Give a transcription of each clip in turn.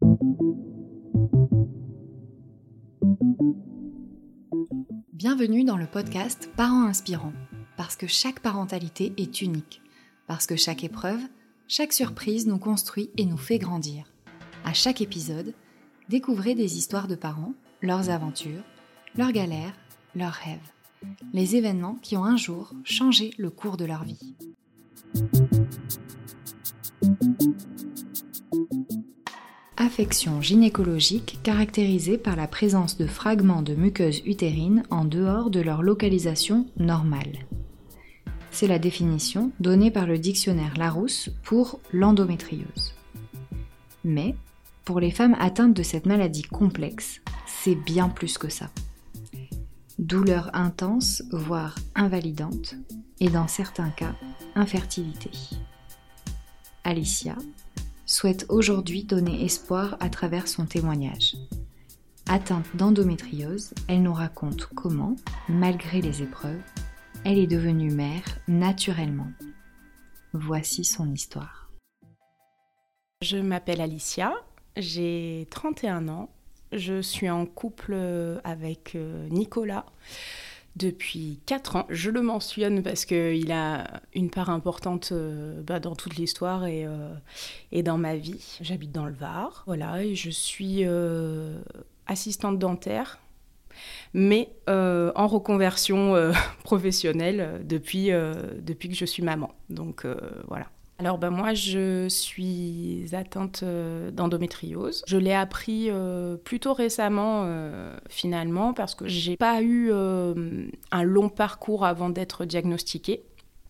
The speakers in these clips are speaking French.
Bienvenue dans le podcast Parents Inspirants, parce que chaque parentalité est unique, parce que chaque épreuve, chaque surprise nous construit et nous fait grandir. À chaque épisode, découvrez des histoires de parents, leurs aventures, leurs galères, leurs rêves, les événements qui ont un jour changé le cours de leur vie. Affection gynécologique caractérisée par la présence de fragments de muqueuse utérine en dehors de leur localisation normale. C'est la définition donnée par le dictionnaire Larousse pour l'endométriose. Mais, pour les femmes atteintes de cette maladie complexe, c'est bien plus que ça. Douleurs intenses, voire invalidantes, et dans certains cas, infertilité. Alicia souhaite aujourd'hui donner espoir à travers son témoignage. Atteinte d'endométriose, elle nous raconte comment, malgré les épreuves, elle est devenue mère naturellement. Voici son histoire. Je m'appelle Alicia, j'ai 31 ans, je suis en couple avec Nicolas depuis 4 ans. Je le mentionne parce qu'il a une part importante dans toute l'histoire et dans ma vie. J'habite dans le Var, voilà, et je suis assistante dentaire, mais en reconversion professionnelle depuis que je suis maman. Donc voilà. Alors moi je suis atteinte d'endométriose. Je l'ai appris plutôt récemment finalement parce que j'ai pas eu un long parcours avant d'être diagnostiquée.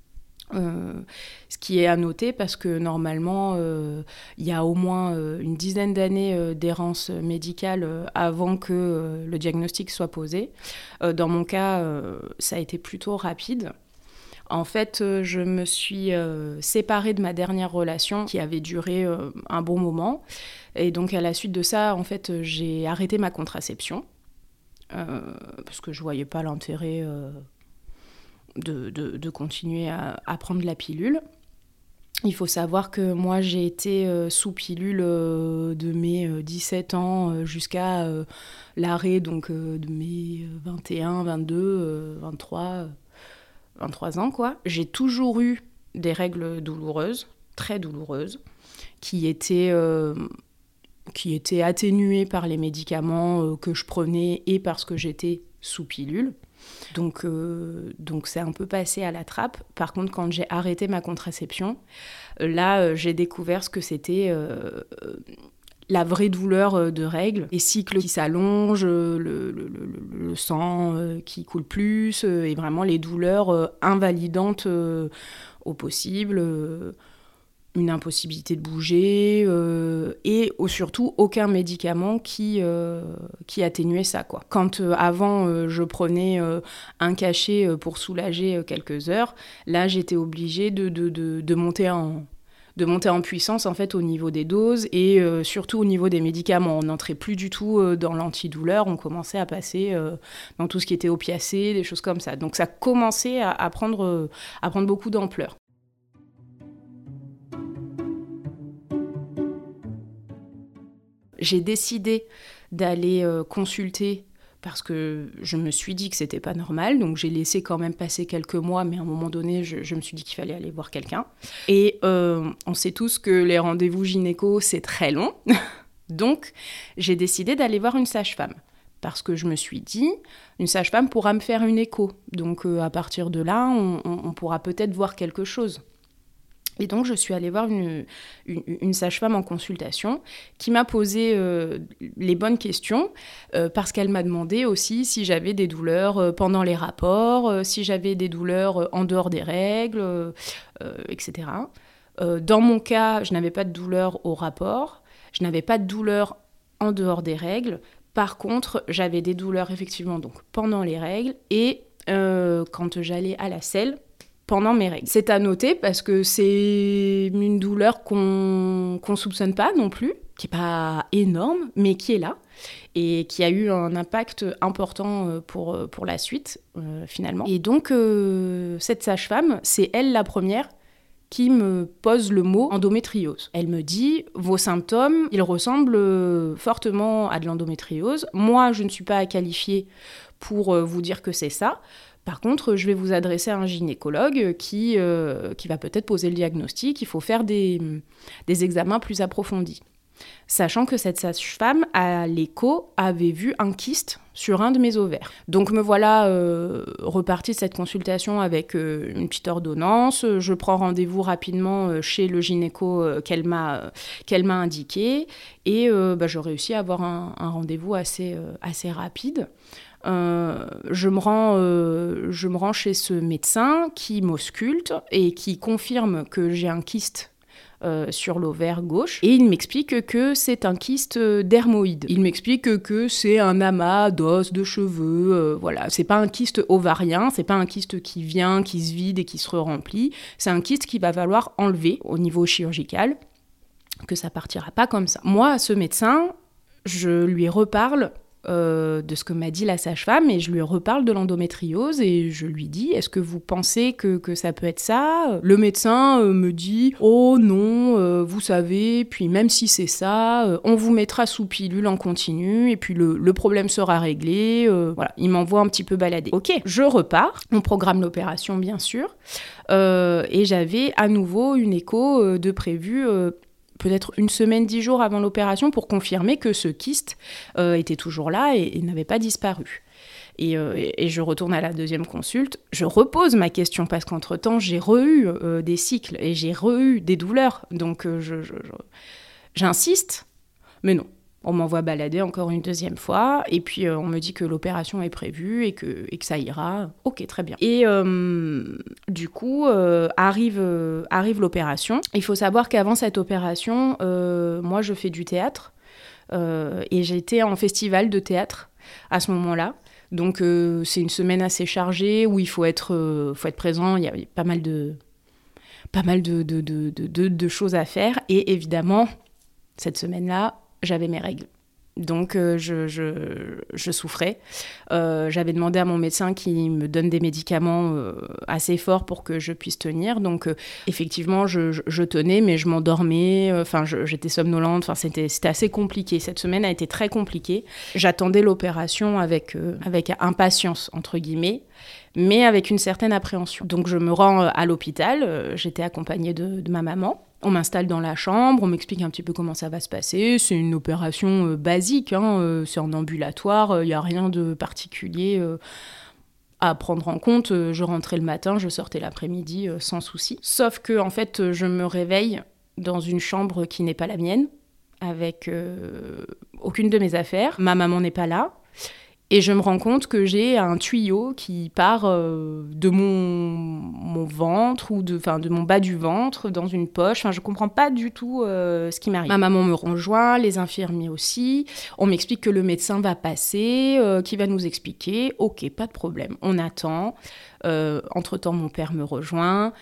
Ce qui est à noter parce que normalement il y a au moins une dizaine d'années d'errance médicale avant que le diagnostic soit posé. Dans mon cas, ça a été plutôt rapide. En fait, je me suis séparée de ma dernière relation qui avait duré un bon moment. Et donc, à la suite de ça, en fait, j'ai arrêté ma contraception parce que je ne voyais pas l'intérêt de continuer à prendre la pilule. Il faut savoir que moi, j'ai été sous pilule de mes 17 ans jusqu'à l'arrêt donc, de mes 21, 22, 23 ans, quoi. J'ai toujours eu des règles douloureuses, très douloureuses, qui étaient atténuées par les médicaments que je prenais et parce que j'étais sous pilule. Donc c'est un peu passé à la trappe. Par contre, quand j'ai arrêté ma contraception, là, j'ai découvert ce que c'était la vraie douleur de règles, les cycles qui s'allongent, le sang qui coule plus, et vraiment les douleurs invalidantes au possible, une impossibilité de bouger, et surtout aucun médicament qui atténuait ça, quoi. Quand avant je prenais un cachet pour soulager quelques heures, là j'étais obligée de monter en puissance en fait au niveau des doses et surtout au niveau des médicaments. On n'entrait plus du tout dans l'antidouleur, on commençait à passer dans tout ce qui était opiacés, des choses comme ça. Donc ça commençait à prendre beaucoup d'ampleur. J'ai décidé d'aller consulter parce que je me suis dit que c'était pas normal, donc j'ai laissé quand même passer quelques mois, mais à un moment donné, je me suis dit qu'il fallait aller voir quelqu'un. Et on sait tous que les rendez-vous gynéco, c'est très long, donc j'ai décidé d'aller voir une sage-femme. Parce que je me suis dit, une sage-femme pourra me faire une écho, donc à partir de là, on pourra peut-être voir quelque chose. Et donc, je suis allée voir une sage-femme en consultation qui m'a posé les bonnes questions parce qu'elle m'a demandé aussi si j'avais des douleurs pendant les rapports, si j'avais des douleurs en dehors des règles, etc. Dans mon cas, je n'avais pas de douleurs au rapport, je n'avais pas de douleurs en dehors des règles. Par contre, j'avais des douleurs effectivement donc, pendant les règles et quand j'allais à la selle, pendant mes règles. C'est à noter parce que c'est une douleur qu'on soupçonne pas non plus, qui n'est pas énorme, mais qui est là et qui a eu un impact important pour la suite, finalement. Et donc, cette sage-femme, c'est elle la première qui me pose le mot endométriose. Elle me dit « Vos symptômes, ils ressemblent fortement à de l'endométriose. Moi, je ne suis pas qualifiée pour vous dire que c'est ça. Par contre, je vais vous adresser à un gynécologue qui va peut-être poser le diagnostic. Il faut faire des examens plus approfondis. » Sachant que cette sage-femme, à l'écho, avait vu un kyste sur un de mes ovaires. Donc me voilà repartie de cette consultation avec une petite ordonnance. Je prends rendez-vous rapidement chez le gynéco qu'elle m'a indiqué. Et je réussis à avoir un rendez-vous assez rapide. Je me rends chez ce médecin qui m'ausculte et qui confirme que j'ai un kyste sur l'ovaire gauche, et il m'explique que c'est un kyste dermoïde. Il m'explique que c'est un amas d'os, de cheveux, voilà. C'est pas un kyste ovarien, c'est pas un kyste qui vient, qui se vide et qui se remplit. C'est un kyste qu'il va falloir enlever au niveau chirurgical, que ça partira pas comme ça. Moi, ce médecin, je lui reparle de ce que m'a dit la sage-femme, et je lui reparle de l'endométriose, et je lui dis, est-ce que vous pensez que ça peut être ça ? Le médecin me dit, oh non, vous savez, puis même si c'est ça, on vous mettra sous pilule en continu, et puis le problème sera réglé. Voilà, il m'envoie un petit peu balader. Ok, je repars, on programme l'opération bien sûr, et j'avais à nouveau une écho de prévu peut-être 1 semaine, 10 jours avant l'opération pour confirmer que ce kyste était toujours là et n'avait pas disparu. Et je retourne à la deuxième consulte, je repose ma question parce qu'entre-temps, j'ai re-eu des cycles et j'ai re-eu des douleurs. Donc j'insiste, mais non. On m'envoie balader encore une deuxième fois, et puis on me dit que l'opération est prévue et que ça ira. Ok, très bien. Et du coup, arrive l'opération. Il faut savoir qu'avant cette opération, moi je fais du théâtre, et j'étais en festival de théâtre à ce moment-là. Donc c'est une semaine assez chargée où il faut être présent, il y a pas mal de choses à faire, et évidemment, cette semaine-là, j'avais mes règles. Donc, je souffrais. J'avais demandé à mon médecin qu'il me donne des médicaments assez forts pour que je puisse tenir. Donc, effectivement, je tenais, mais je m'endormais. J'étais somnolente. C'était assez compliqué. Cette semaine a été très compliquée. J'attendais l'opération avec impatience, entre guillemets, mais avec une certaine appréhension. Donc, je me rends à l'hôpital. J'étais accompagnée de ma maman. On m'installe dans la chambre, on m'explique un petit peu comment ça va se passer. C'est une opération basique, c'est en ambulatoire, il n'y a rien de particulier à prendre en compte. Je rentrais le matin, je sortais l'après-midi sans souci. Sauf que, en fait, je me réveille dans une chambre qui n'est pas la mienne, avec aucune de mes affaires. Ma maman n'est pas là. Et je me rends compte que j'ai un tuyau qui part de mon ventre ou de mon bas du ventre dans une poche. Je ne comprends pas du tout ce qui m'arrive. Ma maman me rejoint, les infirmiers aussi. On m'explique que le médecin va passer, qu'il va nous expliquer. Ok, pas de problème, on attend. Entre-temps, mon père me rejoint.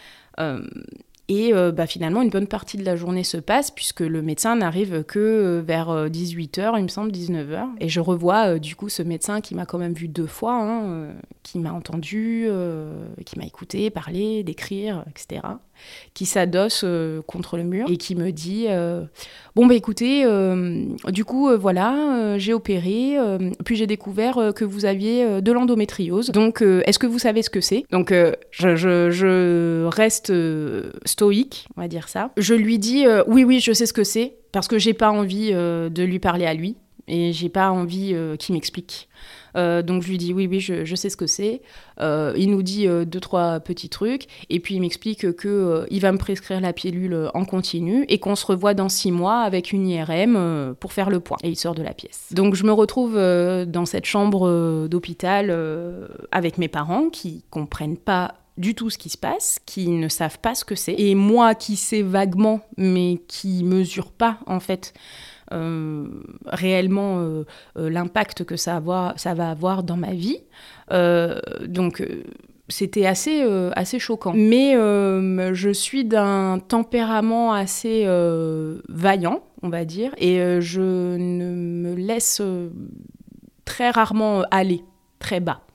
Et finalement, une bonne partie de la journée se passe puisque le médecin n'arrive que vers 18h, il me semble, 19h. Et je revois du coup ce médecin qui m'a quand même vu 2 fois, qui m'a entendu, qui m'a écouté parler, décrire, etc. Qui s'adosse contre le mur et qui me dit écoutez, du coup, j'ai opéré, puis j'ai découvert que vous aviez de l'endométriose. Donc, est-ce que vous savez ce que c'est ? Donc, je reste stoïque, on va dire ça. Je lui dis oui, je sais ce que c'est, parce que j'ai pas envie de lui parler à lui et j'ai pas envie qu'il m'explique. Donc je lui dis oui, je sais ce que c'est. Il nous dit 2-3 petits trucs et puis il m'explique que il va me prescrire la pilule en continu et qu'on se revoit dans 6 mois avec une IRM pour faire le point. Et il sort de la pièce. Donc je me retrouve dans cette chambre d'hôpital avec mes parents qui comprennent pas du tout ce qui se passe, qui ne savent pas ce que c'est. Et moi qui sais vaguement, mais qui mesure pas en fait réellement l'impact que ça va avoir dans ma vie. Donc c'était assez choquant. Mais je suis d'un tempérament assez vaillant, on va dire, et je ne me laisse très rarement aller très bas.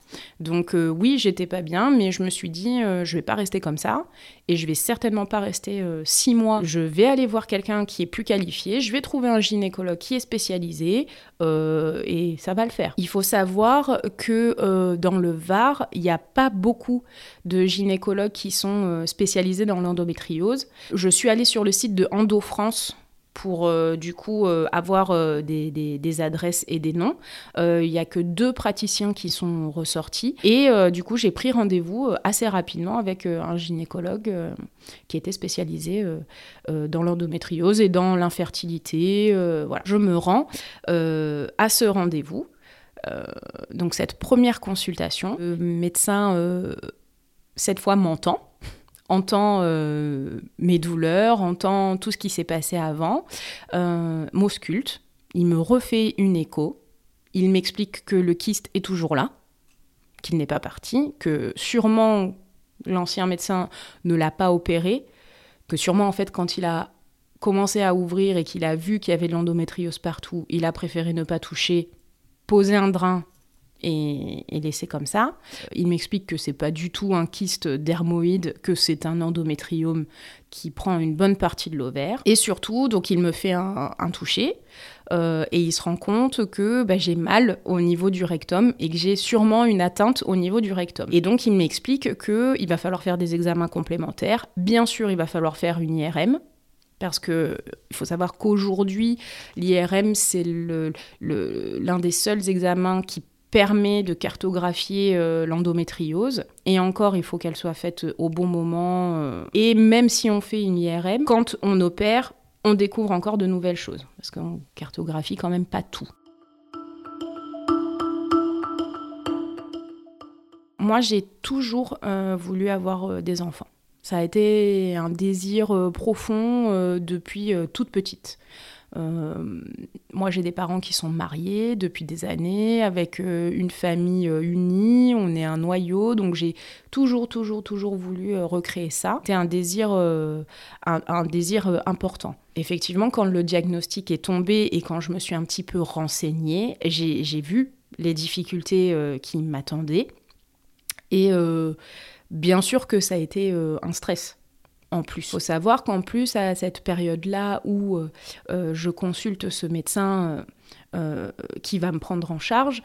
Donc oui, j'étais pas bien, mais je me suis dit, je vais pas rester comme ça, et je vais certainement pas rester 6 mois. Je vais aller voir quelqu'un qui est plus qualifié, je vais trouver un gynécologue qui est spécialisé, et ça va le faire. Il faut savoir que dans le Var, il n'y a pas beaucoup de gynécologues qui sont spécialisés dans l'endométriose. Je suis allée sur le site de Endo France pour du coup avoir des adresses et des noms. Il n'y a que 2 praticiens qui sont ressortis. Et du coup, j'ai pris rendez-vous assez rapidement avec un gynécologue qui était spécialisé dans l'endométriose et dans l'infertilité. Voilà. Je me rends à ce rendez-vous. Donc cette première consultation, le médecin, cette fois, entend mes douleurs, entend tout ce qui s'est passé avant, m'ausculte, il me refait une écho, il m'explique que le kyste est toujours là, qu'il n'est pas parti, que sûrement l'ancien médecin ne l'a pas opéré, que sûrement en fait quand il a commencé à ouvrir et qu'il a vu qu'il y avait de l'endométriose partout, il a préféré ne pas toucher, poser un drain et laisser comme ça. Il m'explique que c'est pas du tout un kyste dermoïde, que c'est un endométriome qui prend une bonne partie de l'ovaire. Et surtout, donc il me fait un toucher et il se rend compte que j'ai mal au niveau du rectum et que j'ai sûrement une atteinte au niveau du rectum. Et donc il m'explique qu'il va falloir faire des examens complémentaires. Bien sûr, il va falloir faire une IRM. Parce qu'il faut savoir qu'aujourd'hui, l'IRM, c'est l'un des seuls examens qui permet de cartographier l'endométriose. Et encore, il faut qu'elle soit faite au bon moment. Et même si on fait une IRM, quand on opère, on découvre encore de nouvelles choses. Parce qu'on cartographie quand même pas tout. Moi, j'ai toujours voulu avoir des enfants. Ça a été un désir profond depuis toute petite. Moi, j'ai des parents qui sont mariés depuis des années, avec une famille unie, on est un noyau, donc j'ai toujours voulu recréer ça. C'était un désir important. Effectivement, quand le diagnostic est tombé et quand je me suis un petit peu renseignée, j'ai vu les difficultés qui m'attendaient. Et bien sûr que ça a été un stress. En plus, il faut savoir qu'en plus, à cette période-là où je consulte ce médecin qui va me prendre en charge,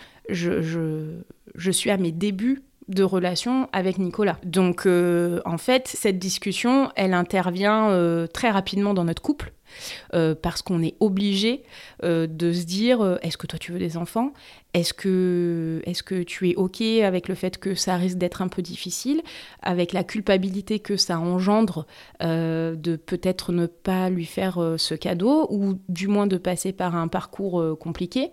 je suis à mes débuts de relation avec Nicolas. Donc, en fait, cette discussion, elle intervient très rapidement dans notre couple, parce qu'on est obligé de se dire est-ce que toi tu veux des enfants ? Est-ce que tu es OK avec le fait que ça risque d'être un peu difficile, avec la culpabilité que ça engendre de peut-être ne pas lui faire ce cadeau, ou du moins de passer par un parcours compliqué.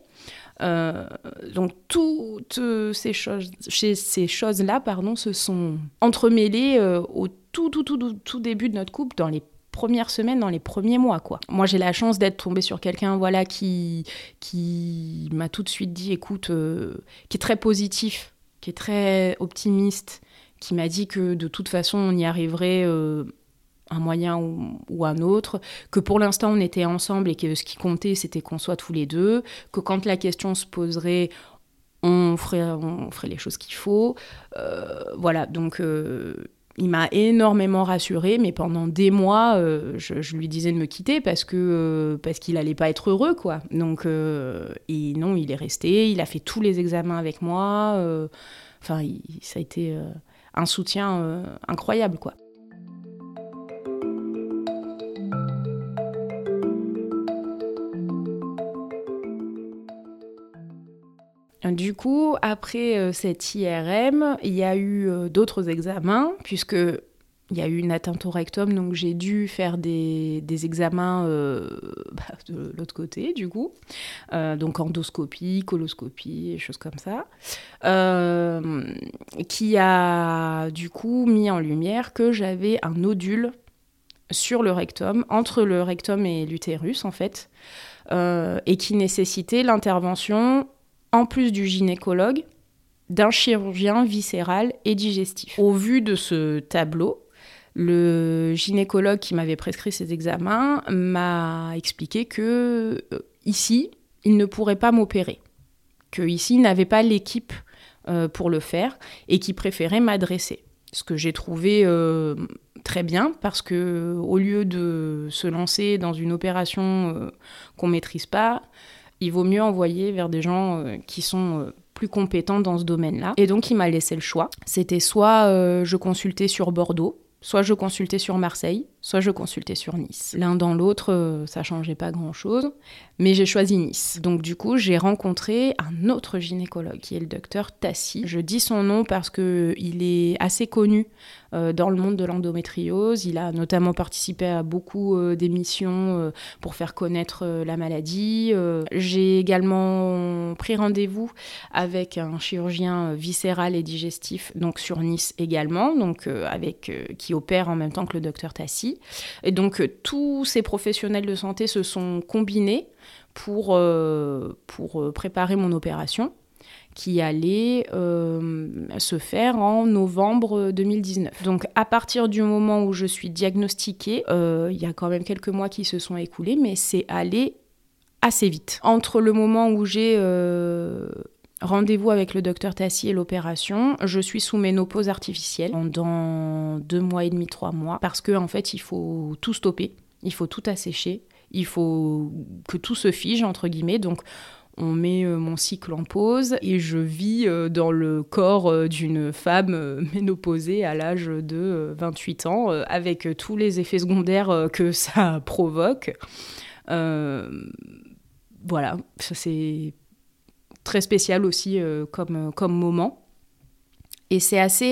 Donc toutes ces choses-là se sont entremêlées au tout début de notre couple, dans les premières semaines, dans les premiers mois, quoi. Moi, j'ai la chance d'être tombée sur quelqu'un, qui m'a tout de suite dit, écoute, qui est très positif, qui est très optimiste, qui m'a dit que de toute façon, on y arriverait un moyen ou un autre, que pour l'instant, on était ensemble et que ce qui comptait, c'était qu'on soit tous les deux, que quand la question se poserait, on ferait les choses qu'il faut. Voilà, donc... il m'a énormément rassurée, mais pendant des mois, je lui disais de me quitter parce qu'il allait pas être heureux, quoi. Donc, et non, il est resté, il a fait tous les examens avec moi. Ça a été un soutien incroyable, quoi. Du coup, après cette IRM, il y a eu d'autres examens, puisqu'il y a eu une atteinte au rectum, donc j'ai dû faire des examens de l'autre côté, du coup. Donc endoscopie, coloscopie, choses comme ça. Qui a, du coup, mis en lumière que j'avais un nodule sur le rectum, entre le rectum et l'utérus, en fait, et qui nécessitait l'intervention, en plus du gynécologue, d'un chirurgien viscéral et digestif. Au vu de ce tableau, le gynécologue qui m'avait prescrit ces examens m'a expliqué que ici, il ne pourrait pas m'opérer, qu'ici, il n'avait pas l'équipe pour le faire et qui préférait m'adresser. Ce que j'ai trouvé très bien parce que au lieu de se lancer dans une opération qu'on ne maîtrise pas, il vaut mieux envoyer vers des gens qui sont plus compétents dans ce domaine-là. Et donc, il m'a laissé le choix. C'était soit je consultais sur Bordeaux, soit je consultais sur Marseille, soit je consultais sur Nice. L'un dans l'autre, ça changeait pas grand-chose, mais j'ai choisi Nice. Donc du coup, j'ai rencontré un autre gynécologue, qui est le docteur Tassi. Je dis son nom parce qu'il est assez connu dans le monde de l'endométriose. Il a notamment participé à beaucoup d'émissions pour faire connaître la maladie. J'ai également pris rendez-vous avec un chirurgien viscéral et digestif, donc sur Nice également, donc qui opère en même temps que le docteur Tassi. Et donc, tous ces professionnels de santé se sont combinés pour préparer mon opération qui allait se faire en novembre 2019. Donc, à partir du moment où je suis diagnostiquée, il y a quand même quelques mois qui se sont écoulés, mais c'est allé assez vite. Entre le moment où j'ai rendez-vous avec le docteur Tassi et l'opération, je suis sous ménopause artificielle pendant 2 mois et demi, 3 mois, parce qu'en fait, il faut tout stopper, il faut tout assécher, il faut que tout se fige, entre guillemets, donc on met mon cycle en pause et je vis dans le corps d'une femme ménopausée à l'âge de 28 ans, avec tous les effets secondaires que ça provoque. Voilà, ça c'est très spécial aussi comme moment. Et c'est assez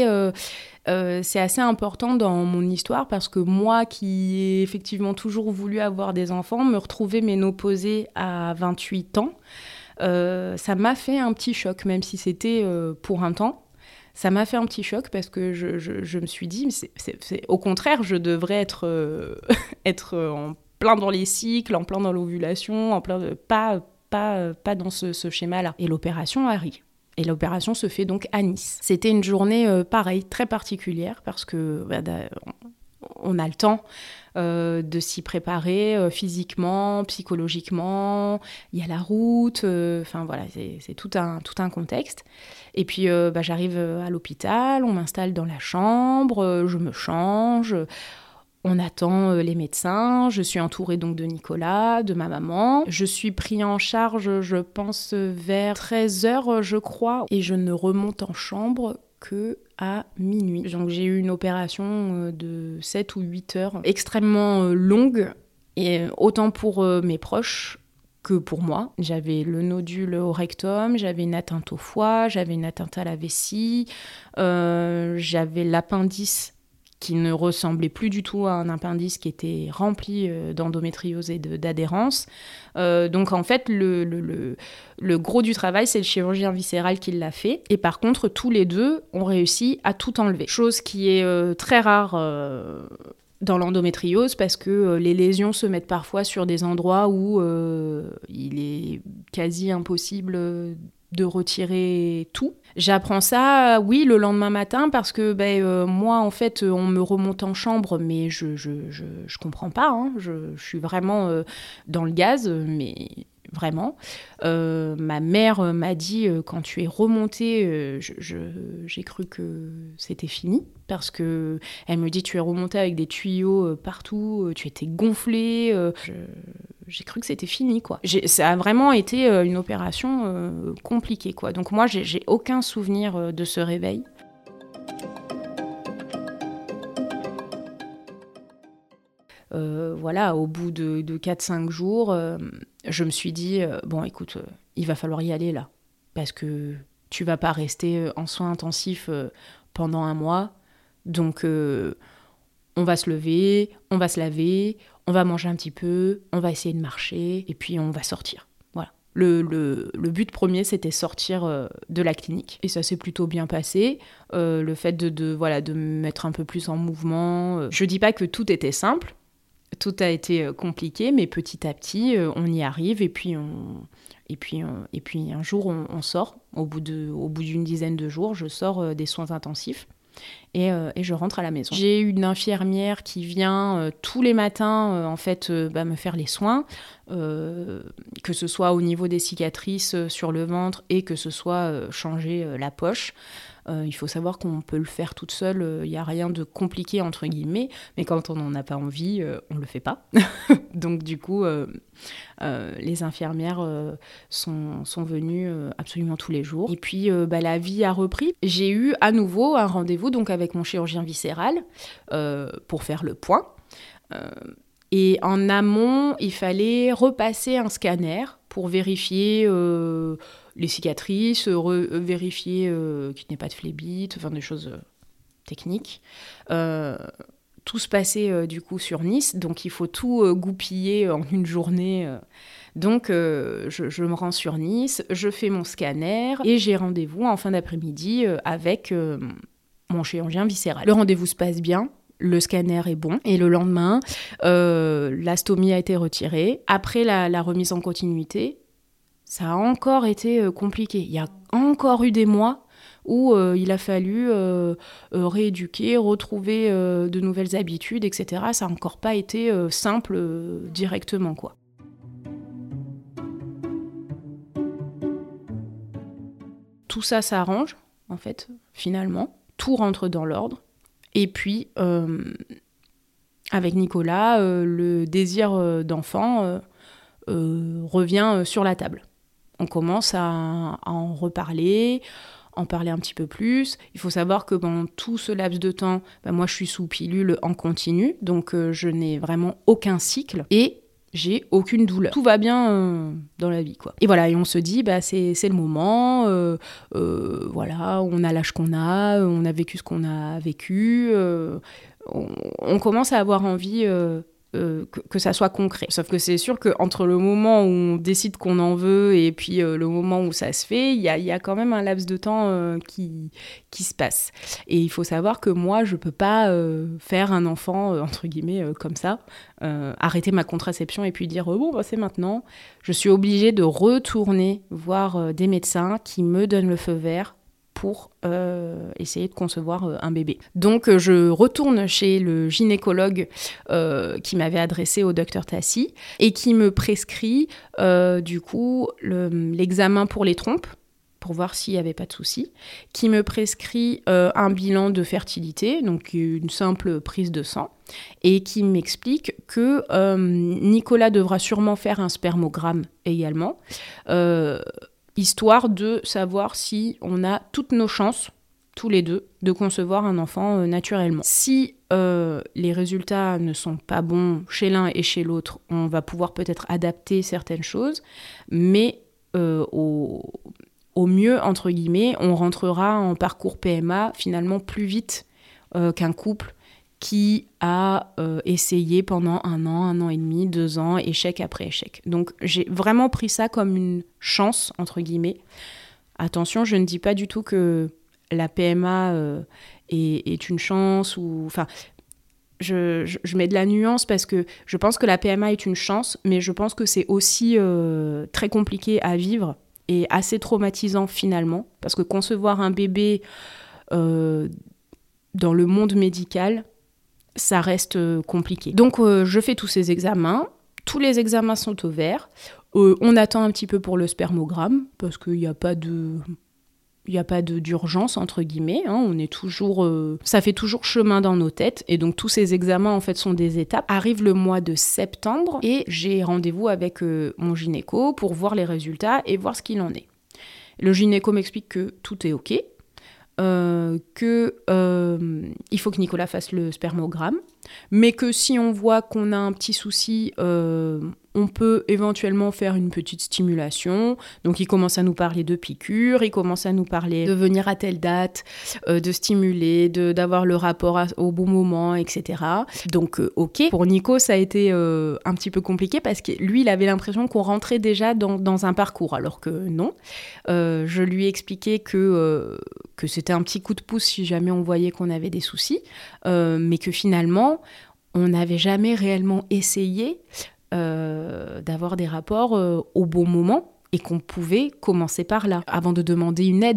important dans mon histoire parce que moi qui ai effectivement toujours voulu avoir des enfants, me retrouver ménopausée à 28 ans, ça m'a fait un petit choc, même si c'était pour un temps. Ça m'a fait un petit choc parce que je me suis dit, au contraire, je devrais être en plein dans les cycles, en plein dans l'ovulation, en plein pas dans ce schéma-là. Et l'opération arrive. Et l'opération se fait donc à Nice. C'était une journée, pareille, très particulière, parce que on a le temps de s'y préparer physiquement, psychologiquement. Il y a la route, voilà, c'est tout un contexte. Et puis, j'arrive à l'hôpital, on m'installe dans la chambre, je me change. On attend les médecins, je suis entourée donc de Nicolas, de ma maman. Je suis prise en charge, je pense, vers 13h, je crois, et je ne remonte en chambre que à minuit. Donc j'ai eu une opération de 7 ou 8 heures, extrêmement longue, et autant pour mes proches que pour moi. J'avais le nodule au rectum, j'avais une atteinte au foie, j'avais une atteinte à la vessie, j'avais l'appendice qui ne ressemblait plus du tout à un appendice qui était rempli d'endométriose et d'adhérence. Donc en fait, le gros du travail, c'est le chirurgien viscéral qui l'a fait. Et par contre, tous les deux ont réussi à tout enlever. Chose qui est très rare dans l'endométriose parce que les lésions se mettent parfois sur des endroits où il est quasi impossible de retirer tout. J'apprends ça, oui, le lendemain matin, parce que moi, en fait, on me remonte en chambre, mais je comprends pas, hein. Je suis vraiment dans le gaz, mais vraiment. Ma mère m'a dit, quand tu es remontée, j'ai cru que c'était fini, parce que elle me dit, tu es remontée avec des tuyaux partout, tu étais gonflée, j'ai cru que c'était fini, quoi. Ça a vraiment été une opération compliquée, quoi. Donc moi, j'ai aucun souvenir de ce réveil. Au bout de 4-5 jours, je me suis dit, bon, écoute, il va falloir y aller, là. Parce que tu vas pas rester en soins intensifs pendant 1 mois. Donc, on va se lever, on va se laver, on va manger un petit peu, on va essayer de marcher, et puis on va sortir. Voilà. Le but premier, c'était sortir de la clinique. Et ça s'est plutôt bien passé. Le fait de me mettre un peu plus en mouvement. Je dis pas que tout était simple. Tout a été compliqué, mais petit à petit, on y arrive. Et puis un jour, on sort. Au bout d'une dizaine de jours, je sors des soins intensifs. et je rentre à la maison. J'ai une infirmière qui vient tous les matins me faire les soins, que ce soit au niveau des cicatrices sur le ventre et que ce soit changer la poche. Il faut savoir qu'on peut le faire toute seule, il n'y a rien de compliqué entre guillemets, mais quand on n'en a pas envie, on ne le fait pas. Donc du coup, les infirmières sont venues absolument tous les jours. Et puis la vie a repris. J'ai eu à nouveau un rendez-vous donc, avec mon chirurgien viscéral pour faire le point. Et en amont, il fallait repasser un scanner pour vérifier les cicatrices, vérifier qu'il n'y ait pas de phlébite, enfin des choses techniques. Tout se passait du coup sur Nice, donc il faut tout goupiller en une journée. Donc je me rends sur Nice, je fais mon scanner et j'ai rendez-vous en fin d'après-midi avec mon chirurgien viscéral. Le rendez-vous se passe bien. Le scanner est bon et le lendemain, la stomie a été retirée. Après la remise en continuité, ça a encore été compliqué. Il y a encore eu des mois où il a fallu rééduquer, retrouver de nouvelles habitudes, etc. Ça n'a encore pas été simple directement, quoi. Tout ça s'arrange, en fait, finalement. Tout rentre dans l'ordre. Et puis, avec Nicolas, le désir d'enfant revient sur la table. On commence à en reparler, en parler un petit peu plus. Il faut savoir que pendant tout ce laps de temps, moi je suis sous pilule en continu, donc je n'ai vraiment aucun cycle et j'ai aucune douleur. Tout va bien dans la vie, quoi. Et voilà, et on se dit, c'est le moment, voilà, on a l'âge qu'on a, on a vécu ce qu'on a vécu, on commence à avoir envie que ça soit concret. Sauf que c'est sûr qu'entre le moment où on décide qu'on en veut et puis le moment où ça se fait, il y a quand même un laps de temps qui se passe. Et il faut savoir que moi, je peux pas faire un enfant, entre guillemets, comme ça, arrêter ma contraception et puis dire c'est maintenant. Je suis obligée de retourner voir des médecins qui me donnent le feu vert pour essayer de concevoir un bébé. Donc je retourne chez le gynécologue qui m'avait adressé au docteur Tassi et qui me prescrit du coup l'examen pour les trompes pour voir s'il n'y avait pas de souci, qui me prescrit un bilan de fertilité, donc une simple prise de sang, et qui m'explique que Nicolas devra sûrement faire un spermogramme également, histoire de savoir si on a toutes nos chances, tous les deux, de concevoir un enfant naturellement. Si les résultats ne sont pas bons chez l'un et chez l'autre, on va pouvoir peut-être adapter certaines choses, mais au mieux, entre guillemets, on rentrera en parcours PMA finalement plus vite qu'un couple qui a essayé pendant 1 an et demi, 2 ans, échec après échec. Donc j'ai vraiment pris ça comme une chance, entre guillemets. Attention, je ne dis pas du tout que la PMA est une chance, ou... Enfin, je mets de la nuance parce que je pense que la PMA est une chance, mais je pense que c'est aussi très compliqué à vivre et assez traumatisant finalement, parce que concevoir un bébé dans le monde médical, ça reste compliqué. Donc je fais tous ces examens, tous les examens sont au vert, on attend un petit peu pour le spermogramme, parce qu'il n'y a pas d'urgence, entre guillemets, hein. On est toujours, ça fait toujours chemin dans nos têtes, et donc tous ces examens en fait sont des étapes. Arrive le mois de septembre, et j'ai rendez-vous avec mon gynéco pour voir les résultats et voir ce qu'il en est. Le gynéco m'explique que tout est ok, qu'il faut que Nicolas fasse le spermogramme, mais que si on voit qu'on a un petit souci, on peut éventuellement faire une petite stimulation. Donc il commence à nous parler de piqûres, il commence à nous parler de venir à telle date, de stimuler, d'avoir le rapport au bon moment, etc. Donc ok. Pour Nico, ça a été un petit peu compliqué parce que lui, il avait l'impression qu'on rentrait déjà dans un parcours, alors que non. Je lui ai expliqué que c'était un petit coup de pouce si jamais on voyait qu'on avait des soucis, mais que finalement, on n'avait jamais réellement essayé d'avoir des rapports au bon moment et qu'on pouvait commencer par là, avant de demander une aide,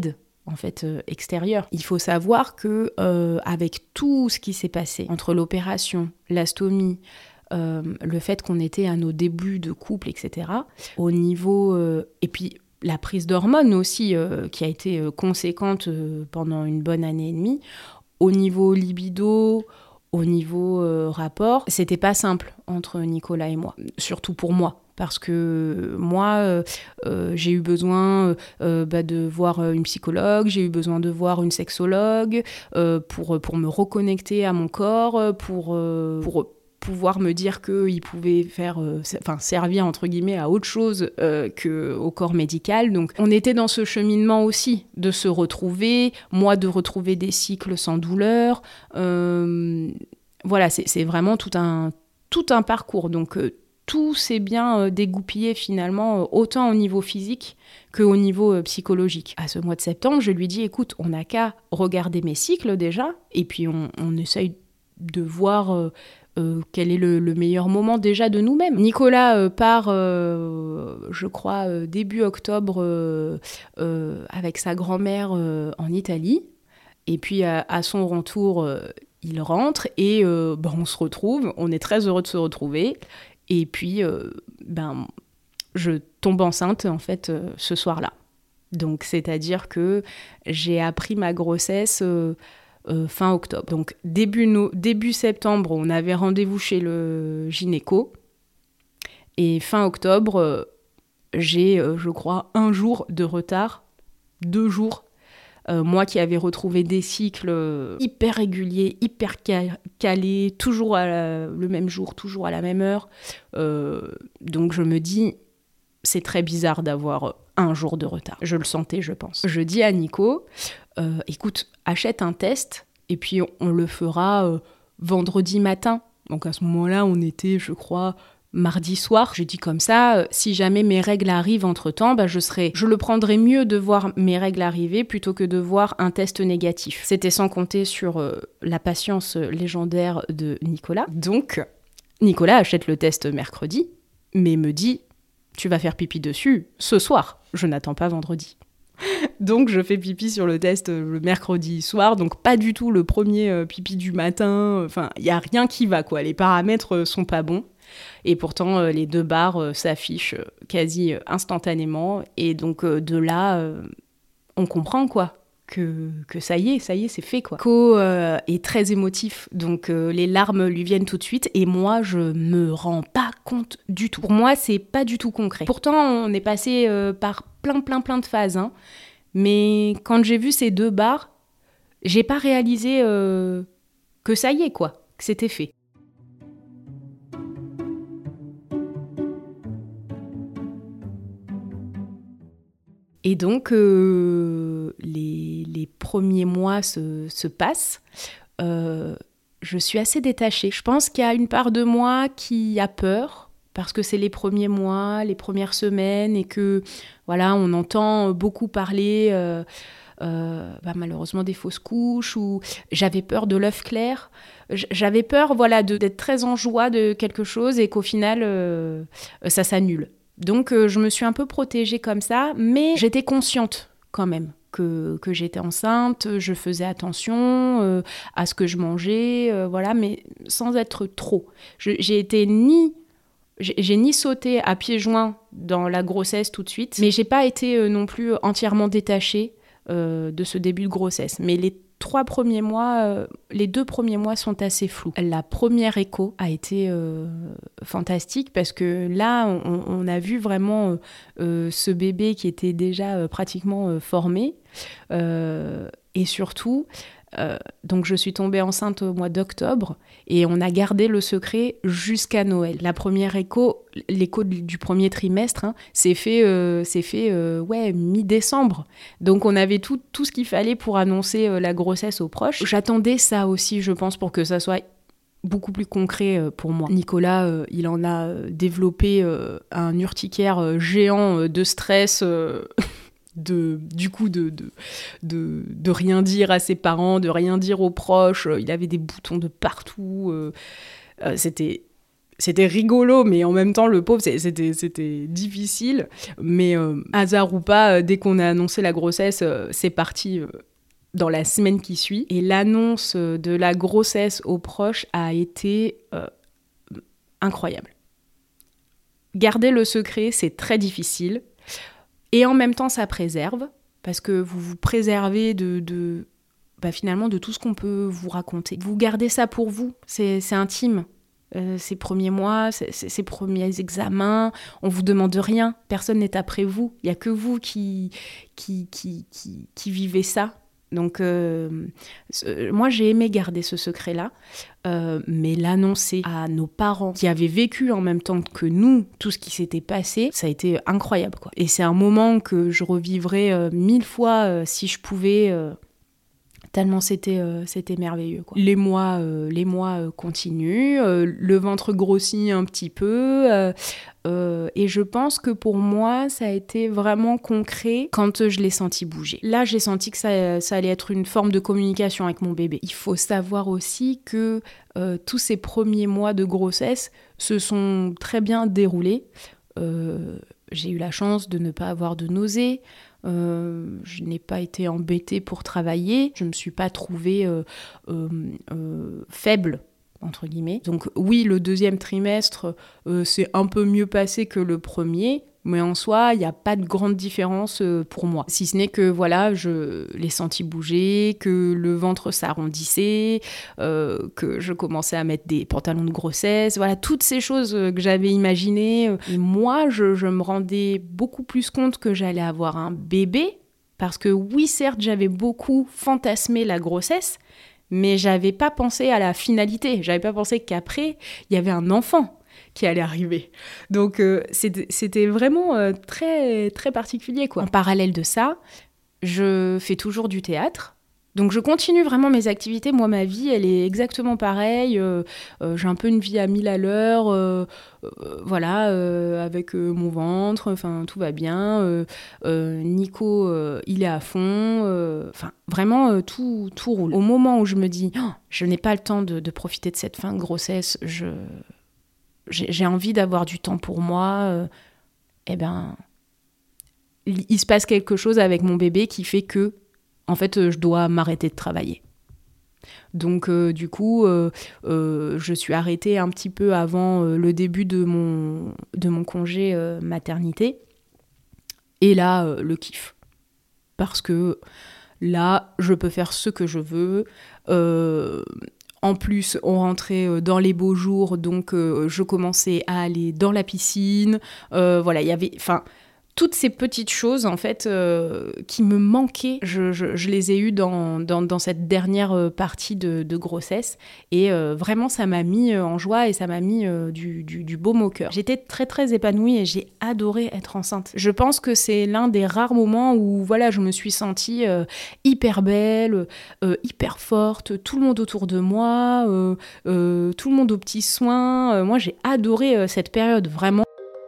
en fait extérieure. Il faut savoir que avec tout ce qui s'est passé entre l'opération, l'astomie, le fait qu'on était à nos débuts de couple, etc. Au niveau et puis la prise d'hormones aussi qui a été conséquente pendant une bonne année et demie. Au niveau libido, au niveau rapport, c'était pas simple entre Nicolas et moi, surtout pour moi. Parce que moi, j'ai eu besoin de voir une psychologue, j'ai eu besoin de voir une sexologue pour me reconnecter à mon corps, pour pouvoir me dire qu'il pouvait servir entre guillemets à autre chose qu'au corps médical. Donc on était dans ce cheminement aussi de se retrouver, moi de retrouver des cycles sans douleur. Voilà, c'est vraiment tout un parcours. Donc tout s'est bien dégoupillé finalement, autant au niveau physique qu'au niveau psychologique. À ce mois de septembre, je lui dis, écoute, on n'a qu'à regarder mes cycles déjà, et puis on essaye de voir quel est le meilleur moment déjà de nous-mêmes. Nicolas part, je crois, début octobre avec sa grand-mère en Italie, et puis à son retour, il rentre, et on se retrouve, on est très heureux de se retrouver. Et puis, je tombe enceinte, en fait, ce soir-là. Donc, c'est-à-dire que j'ai appris ma grossesse fin octobre. Donc, début septembre, on avait rendez-vous chez le gynéco. Et fin octobre, j'ai, je crois, 1 jour de retard, 2 jours. Moi qui avais retrouvé des cycles hyper réguliers, hyper calés, toujours le même jour, toujours à la même heure. Donc je me dis, c'est très bizarre d'avoir 1 jour de retard. Je le sentais, je pense. Je dis à Nico, écoute, achète un test et puis on le fera vendredi matin. Donc à ce moment-là, on était, je crois, mardi soir. Je dis comme ça, si jamais mes règles arrivent entre-temps, je le prendrais mieux de voir mes règles arriver plutôt que de voir un test négatif. C'était sans compter sur la patience légendaire de Nicolas. Donc, Nicolas achète le test mercredi, mais me dit, tu vas faire pipi dessus ce soir. Je n'attends pas vendredi. Donc, je fais pipi sur le test le mercredi soir, donc pas du tout le premier pipi du matin. Enfin, il n'y a rien qui va, quoi. Les paramètres sont pas bons. Et pourtant, les 2 barres s'affichent quasi instantanément. Et donc, de là, on comprend, quoi, que ça y est, c'est fait, quoi. Nico est très émotif, donc les larmes lui viennent tout de suite. Et moi, je me rends pas compte du tout. Pour moi, c'est pas du tout concret. Pourtant, on est passé par plein de phases. Hein. Mais quand j'ai vu ces 2 barres, j'ai pas réalisé que ça y est, quoi, que c'était fait. Et donc, les premiers mois se passent. Je suis assez détachée. Je pense qu'il y a une part de moi qui a peur, parce que c'est les premiers mois, les premières semaines, et que, voilà, on entend beaucoup parler, malheureusement, des fausses couches, ou j'avais peur de l'œuf clair. J'avais peur, voilà, d'être très en joie de quelque chose, et qu'au final, ça s'annule. Donc, je me suis un peu protégée comme ça, mais j'étais consciente quand même que j'étais enceinte, je faisais attention à ce que je mangeais, voilà, mais sans être trop. J'ai ni sauté à pieds joints dans la grossesse tout de suite, mais j'ai pas été non plus entièrement détachée de ce début de grossesse. Mais les 2 premiers mois sont assez flous. La première écho a été fantastique parce que là, on a vu vraiment ce bébé qui était déjà pratiquement formé. Et surtout, donc je suis tombée enceinte au mois d'octobre et on a gardé le secret jusqu'à Noël. La première l'écho du premier trimestre, s'est fait mi-décembre. Donc on avait tout ce qu'il fallait pour annoncer la grossesse aux proches. J'attendais ça aussi, je pense, pour que ça soit beaucoup plus concret pour moi. Nicolas, il en a développé un urticaire géant de stress. De rien dire à ses parents, de rien dire aux proches. Il avait des boutons de partout. C'était c'était rigolo, mais en même temps, le pauvre, c'était difficile. Mais hasard ou pas, dès qu'on a annoncé la grossesse, c'est parti dans la semaine qui suit. Et l'annonce de la grossesse aux proches a été incroyable. Garder le secret, c'est très difficile. Et en même temps, ça préserve, parce que vous vous préservez finalement de tout ce qu'on peut vous raconter. Vous gardez ça pour vous, c'est intime. Ces premiers mois, ces premiers examens, on vous demande rien, personne n'est après vous, il n'y a que vous qui vivez ça. Donc moi j'ai aimé garder ce secret-là, mais l'annoncer à nos parents qui avaient vécu en même temps que nous tout ce qui s'était passé, ça a été incroyable, quoi. Et c'est un moment que je revivrais 1000 fois si je pouvais... Tellement c'était merveilleux, quoi. Les mois continuent, le ventre grossit un petit peu, et je pense que pour moi, ça a été vraiment concret quand je l'ai senti bouger. Là, j'ai senti que ça allait être une forme de communication avec mon bébé. Il faut savoir aussi que tous ces premiers mois de grossesse se sont très bien déroulés. J'ai eu la chance de ne pas avoir de nausées. Je n'ai pas été embêtée pour travailler, je ne me suis pas trouvée faible, entre guillemets. Donc oui, le deuxième trimestre, c'est un peu mieux passé que le premier, mais en soi, il n'y a pas de grande différence pour moi. Si ce n'est que voilà, je l'ai senti bouger, que le ventre s'arrondissait, que je commençais à mettre des pantalons de grossesse, voilà, toutes ces choses que j'avais imaginées. Et moi, je me rendais beaucoup plus compte que j'allais avoir un bébé, parce que oui, certes, j'avais beaucoup fantasmé la grossesse, mais j'avais pas pensé à la finalité. J'avais pas pensé qu'après, il y avait un enfant qui allait arriver. Donc c'était vraiment très, très particulier, quoi. En parallèle de ça, je fais toujours du théâtre. Donc je continue vraiment mes activités. Moi, ma vie, elle est exactement pareille. J'ai un peu une vie à 1000 à l'heure. Avec mon ventre. Enfin, tout va bien. Nico, il est à fond. Vraiment, tout roule. Au moment où je me dis, je n'ai pas le temps de profiter de cette fin de grossesse, j'ai envie d'avoir du temps pour moi, il se passe quelque chose avec mon bébé qui fait que, en fait, je dois m'arrêter de travailler. Donc, du coup, je suis arrêtée un petit peu avant le début de mon congé maternité. Et là, le kiff. Parce que là, je peux faire ce que je veux. En plus, on rentrait dans les beaux jours, donc je commençais à aller dans la piscine. Il y avait... toutes ces petites choses, en fait, qui me manquaient, je les ai eues dans cette dernière partie de grossesse. Et vraiment, ça m'a mis en joie et ça m'a mis du baume au cœur. J'étais très, très épanouie et j'ai adoré être enceinte. Je pense que c'est l'un des rares moments où, voilà, je me suis sentie hyper belle, hyper forte, tout le monde autour de moi, tout le monde aux petits soins. Moi, j'ai adoré cette période, vraiment.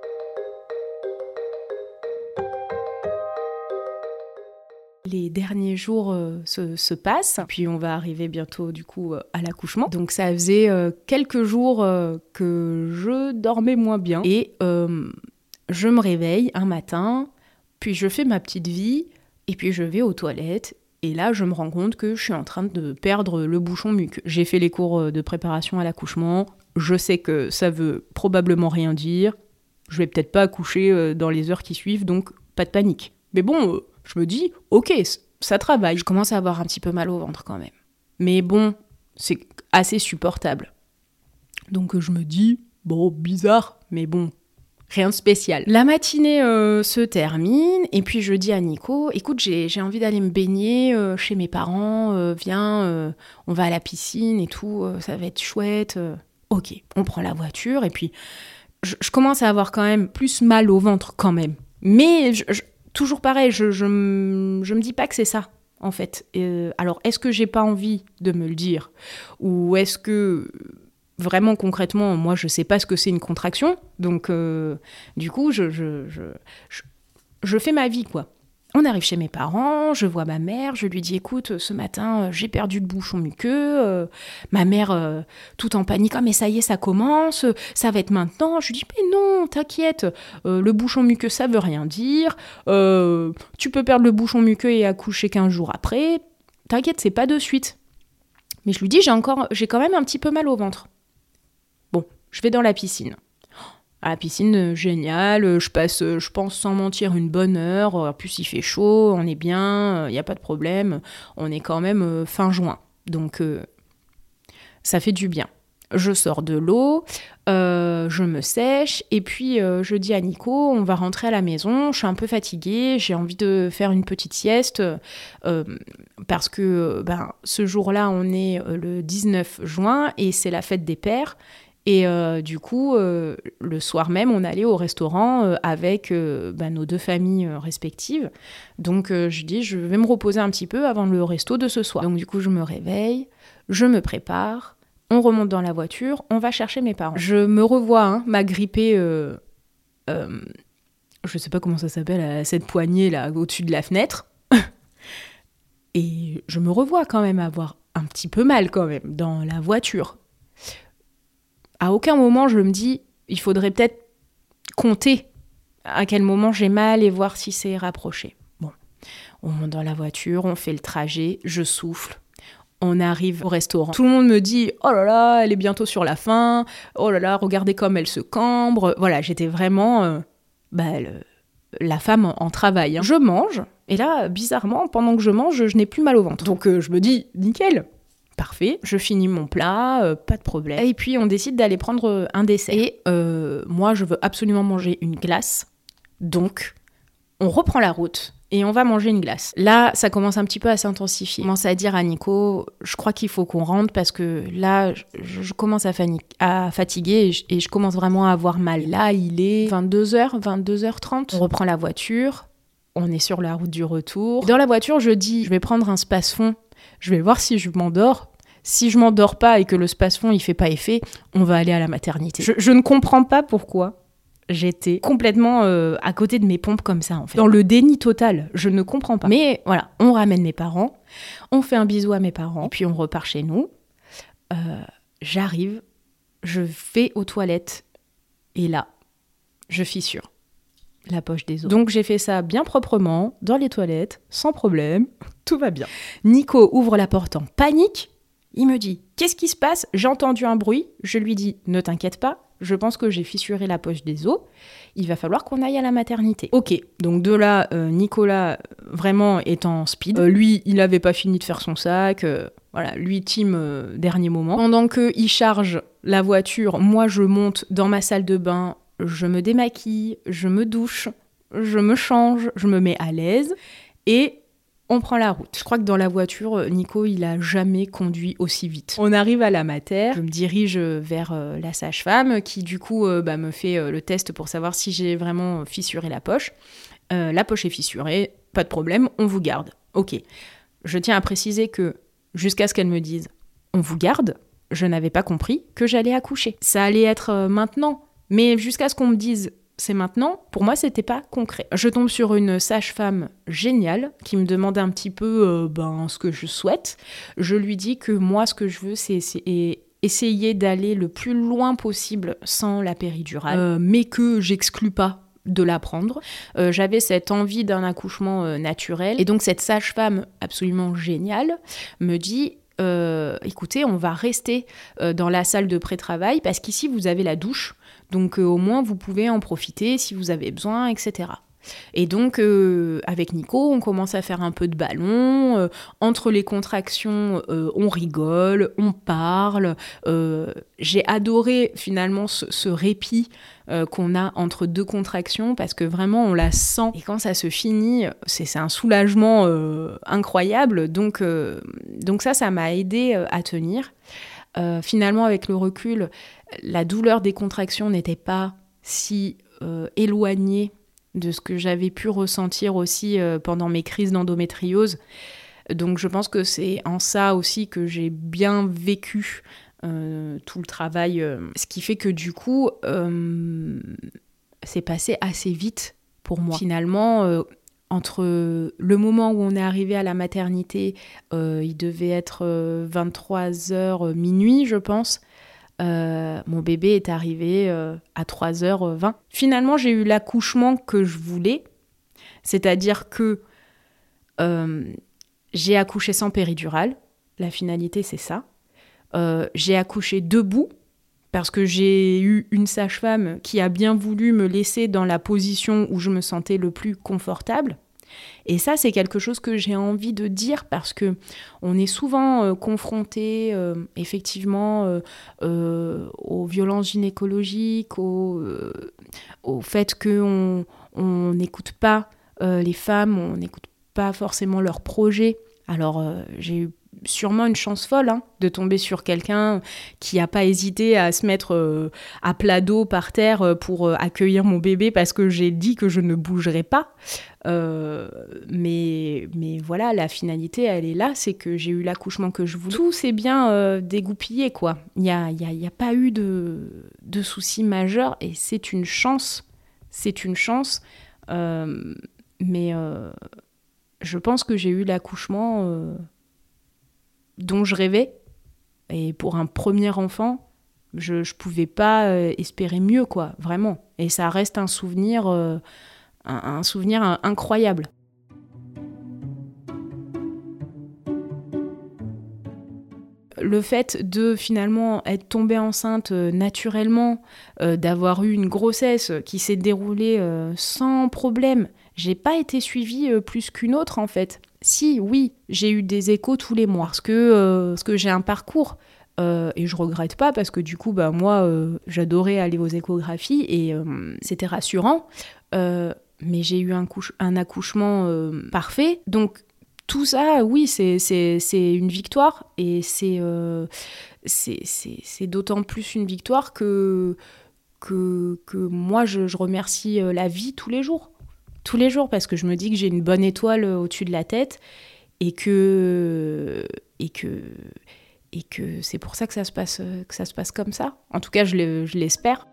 Les derniers jours se passent, puis on va arriver bientôt du coup à l'accouchement. Donc ça faisait quelques jours que je dormais moins bien. Et je me réveille un matin, puis je fais ma petite vie, et puis je vais aux toilettes. Et là, je me rends compte que je suis en train de perdre le bouchon muqueux. J'ai fait les cours de préparation à l'accouchement. Je sais que ça veut probablement rien dire. Je vais peut-être pas accoucher dans les heures qui suivent, donc pas de panique. Mais bon... je me dis, ok, ça travaille. Je commence à avoir un petit peu mal au ventre quand même. Mais bon, c'est assez supportable. Donc je me dis, bon, bizarre, mais bon, rien de spécial. La matinée se termine, et puis je dis à Nico, écoute, j'ai envie d'aller me baigner chez mes parents, viens, on va à la piscine et tout, ça va être chouette. Ok, on prend la voiture, et puis je commence à avoir quand même plus mal au ventre quand même. Mais toujours pareil, je me dis pas que c'est ça, en fait. Alors, est-ce que j'ai pas envie de me le dire ? Ou est-ce que, vraiment concrètement, moi, je sais pas ce que c'est une contraction. Donc, du coup, je fais ma vie, quoi. On arrive chez mes parents, je vois ma mère, je lui dis écoute, ce matin j'ai perdu le bouchon muqueux, ma mère tout en panique, ah mais ça y est ça commence, ça va être maintenant, je lui dis mais non t'inquiète, le bouchon muqueux ça veut rien dire, tu peux perdre le bouchon muqueux et accoucher 15 jours après, t'inquiète c'est pas de suite. Mais je lui dis j'ai quand même un petit peu mal au ventre. Bon, je vais dans la piscine. À la piscine, génial, je passe, je pense sans mentir, une bonne heure. En plus, il fait chaud, on est bien, il n'y a pas de problème. On est quand même fin juin, donc ça fait du bien. Je sors de l'eau, je me sèche, et puis je dis à Nico, on va rentrer à la maison, je suis un peu fatiguée, j'ai envie de faire une petite sieste, parce que ce jour-là, on est le 19 juin, et c'est la fête des pères. Et du coup, le soir même, on allait au restaurant avec nos 2 familles respectives. Donc, je dis, je vais me reposer un petit peu avant le resto de ce soir. Donc, du coup, je me réveille, je me prépare, on remonte dans la voiture, on va chercher mes parents. Je me revois m'agripper, je sais pas comment ça s'appelle, à cette poignée là, au-dessus de la fenêtre. Et je me revois quand même avoir un petit peu mal quand même dans la voiture. À aucun moment, je me dis, il faudrait peut-être compter à quel moment j'ai mal et voir si c'est rapproché. Bon, on monte dans la voiture, on fait le trajet, je souffle, on arrive au restaurant. Tout le monde me dit, oh là là, elle est bientôt sur la fin, oh là là, regardez comme elle se cambre. Voilà, j'étais vraiment la femme en travail. Je mange, et là, bizarrement, pendant que je mange, je n'ai plus mal au ventre. Donc je me dis, nickel. Parfait, je finis mon plat, pas de problème. Et puis on décide d'aller prendre un dessert. Et moi, je veux absolument manger une glace. Donc, on reprend la route et on va manger une glace. Là, ça commence un petit peu à s'intensifier. Je commence à dire à Nico, je crois qu'il faut qu'on rentre parce que là, je commence à fatiguer et je commence vraiment à avoir mal. Là, il est 22h, 22h30. On reprend la voiture, on est sur la route du retour. Dans la voiture, je dis, je vais prendre un space-fond. Je vais voir si je m'endors. Si je m'endors pas et que le space-fond il fait pas effet, on va aller à la maternité. Je ne comprends pas pourquoi j'étais complètement à côté de mes pompes comme ça en fait. Dans le déni total, je ne comprends pas. Mais voilà, on ramène mes parents, on fait un bisou à mes parents, et puis on repart chez nous. J'arrive, je vais aux toilettes et là, je fissure la poche des os. Donc j'ai fait ça bien proprement, dans les toilettes, sans problème, tout va bien. Nico ouvre la porte en panique, il me dit « Qu'est-ce qui se passe ? J'ai entendu un bruit. » Je lui dis « Ne t'inquiète pas, je pense que j'ai fissuré la poche des os, il va falloir qu'on aille à la maternité. » Ok, donc de là, Nicolas vraiment est en speed. Lui, il n'avait pas fini de faire son sac, voilà, lui team dernier moment. Pendant qu'il charge la voiture, moi je monte dans ma salle de bain, je me démaquille, je me douche, je me change, je me mets à l'aise et on prend la route. Je crois que dans la voiture, Nico, il a jamais conduit aussi vite. On arrive à la mater, je me dirige vers la sage-femme qui du coup me fait le test pour savoir si j'ai vraiment fissuré la poche. La poche est fissurée, pas de problème, on vous garde. Ok. Je tiens à préciser que jusqu'à ce qu'elle me dise « on vous garde », je n'avais pas compris que j'allais accoucher. Ça allait être maintenant. Mais jusqu'à ce qu'on me dise « c'est maintenant », pour moi, c'était pas concret. Je tombe sur une sage-femme géniale qui me demande un petit peu ce que je souhaite. Je lui dis que moi, ce que je veux, c'est essayer d'aller le plus loin possible sans la péridurale, mais que j'exclus pas de la prendre. J'avais cette envie d'un accouchement naturel. Et donc, cette sage-femme absolument géniale me dit « écoutez, on va rester dans la salle de pré-travail parce qu'ici, vous avez la douche. Donc au moins, vous pouvez en profiter si vous avez besoin, etc. » Et donc, avec Nico, on commence à faire un peu de ballon. Entre les contractions, on rigole, on parle. J'ai adoré finalement ce répit qu'on a entre 2 contractions parce que vraiment, on la sent. Et quand ça se finit, c'est un soulagement incroyable. Donc ça m'a aidé à tenir. Finalement, avec le recul, la douleur des contractions n'était pas si éloignée de ce que j'avais pu ressentir aussi pendant mes crises d'endométriose. Donc je pense que c'est en ça aussi que j'ai bien vécu tout le travail. Ce qui fait que du coup, c'est passé assez vite pour moi. Finalement, entre le moment où on est arrivé à la maternité, il devait être 23h minuit, je pense. Mon bébé est arrivé à 3h20. Finalement, j'ai eu l'accouchement que je voulais, c'est-à-dire que j'ai accouché sans péridurale. La finalité, c'est ça. J'ai accouché debout, parce que j'ai eu une sage-femme qui a bien voulu me laisser dans la position où je me sentais le plus confortable. Et ça, c'est quelque chose que j'ai envie de dire parce que on est souvent confronté effectivement aux violences gynécologiques, au fait qu'on n'écoute pas les femmes, on n'écoute pas forcément leurs projets. Alors, j'ai eu sûrement une chance folle de tomber sur quelqu'un qui n'a pas hésité à se mettre à plat dos par terre pour accueillir mon bébé parce que j'ai dit que je ne bougerais pas. Mais voilà, la finalité, elle est là, c'est que j'ai eu l'accouchement que je voulais. Tout s'est bien dégoupillé, quoi. Il n'y a pas eu de soucis majeurs et c'est une chance. C'est une chance. Mais je pense que j'ai eu l'accouchement dont je rêvais. Et pour un premier enfant, je pouvais pas espérer mieux, quoi, vraiment. Et ça reste un souvenir incroyable. Le fait de finalement être tombée enceinte naturellement, d'avoir eu une grossesse qui s'est déroulée sans problème, j'ai pas été suivie plus qu'une autre en fait. Si, oui, j'ai eu des échos tous les mois parce que j'ai un parcours et je regrette pas parce que du coup, moi, j'adorais aller aux échographies et c'était rassurant. Mais j'ai eu un accouchement parfait, donc tout ça, oui, c'est une victoire et c'est d'autant plus une victoire que moi, je remercie la vie tous les jours, parce que je me dis que j'ai une bonne étoile au-dessus de la tête et que c'est pour ça que ça se passe comme ça. En tout cas, je l'espère.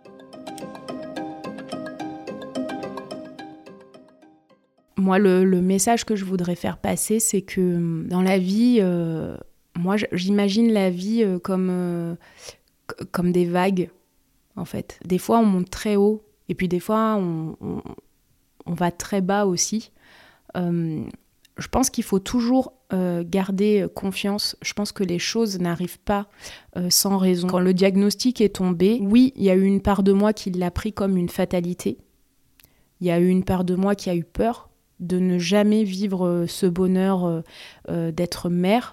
Moi, le message que je voudrais faire passer, c'est que dans la vie, moi, j'imagine la vie comme des vagues, en fait. Des fois, on monte très haut, et puis des fois, on va très bas aussi. Je pense qu'il faut toujours garder confiance. Je pense que les choses n'arrivent pas sans raison. Quand le diagnostic est tombé, oui, il y a eu une part de moi qui l'a pris comme une fatalité. Il y a eu une part de moi qui a eu peur de ne jamais vivre ce bonheur d'être mère.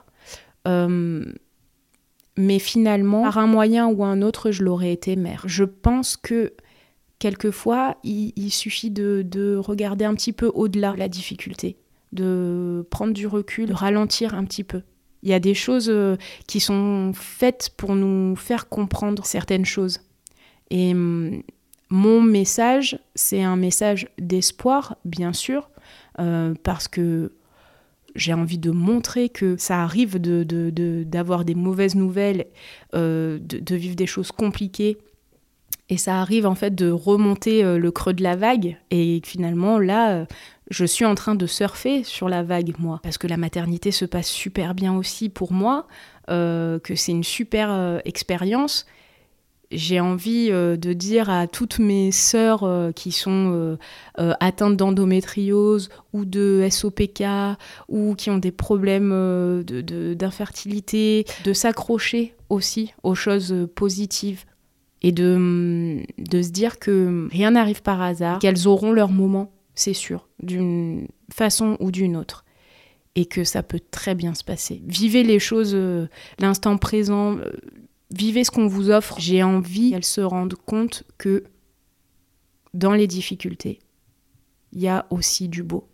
Mais finalement, par un moyen ou un autre, je l'aurais été mère. Je pense que quelquefois, il suffit de regarder un petit peu au-delà de la difficulté, de prendre du recul, de ralentir un petit peu. Il y a des choses qui sont faites pour nous faire comprendre certaines choses. Et mon message, c'est un message d'espoir, bien sûr, parce que j'ai envie de montrer que ça arrive d'avoir des mauvaises nouvelles, de vivre des choses compliquées. Et ça arrive en fait de remonter le creux de la vague. Et finalement, là, je suis en train de surfer sur la vague, moi. Parce que la maternité se passe super bien aussi pour moi, que c'est une super expérience. J'ai envie de dire à toutes mes sœurs qui sont atteintes d'endométriose ou de SOPK ou qui ont des problèmes d'infertilité, de s'accrocher aussi aux choses positives et de se dire que rien n'arrive par hasard, qu'elles auront leur moment, c'est sûr, d'une façon ou d'une autre. Et que ça peut très bien se passer. Vivez les choses, l'instant présent, vivez ce qu'on vous offre. J'ai envie qu'elles se rendent compte que dans les difficultés, il y a aussi du beau.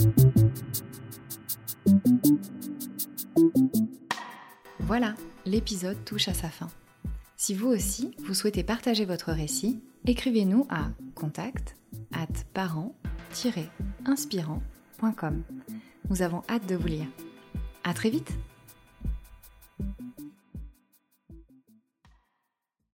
Voilà, l'épisode touche à sa fin. Si vous aussi, vous souhaitez partager votre récit, écrivez-nous à contact@parents-inspirants.com. Nous avons hâte de vous lire. À très vite!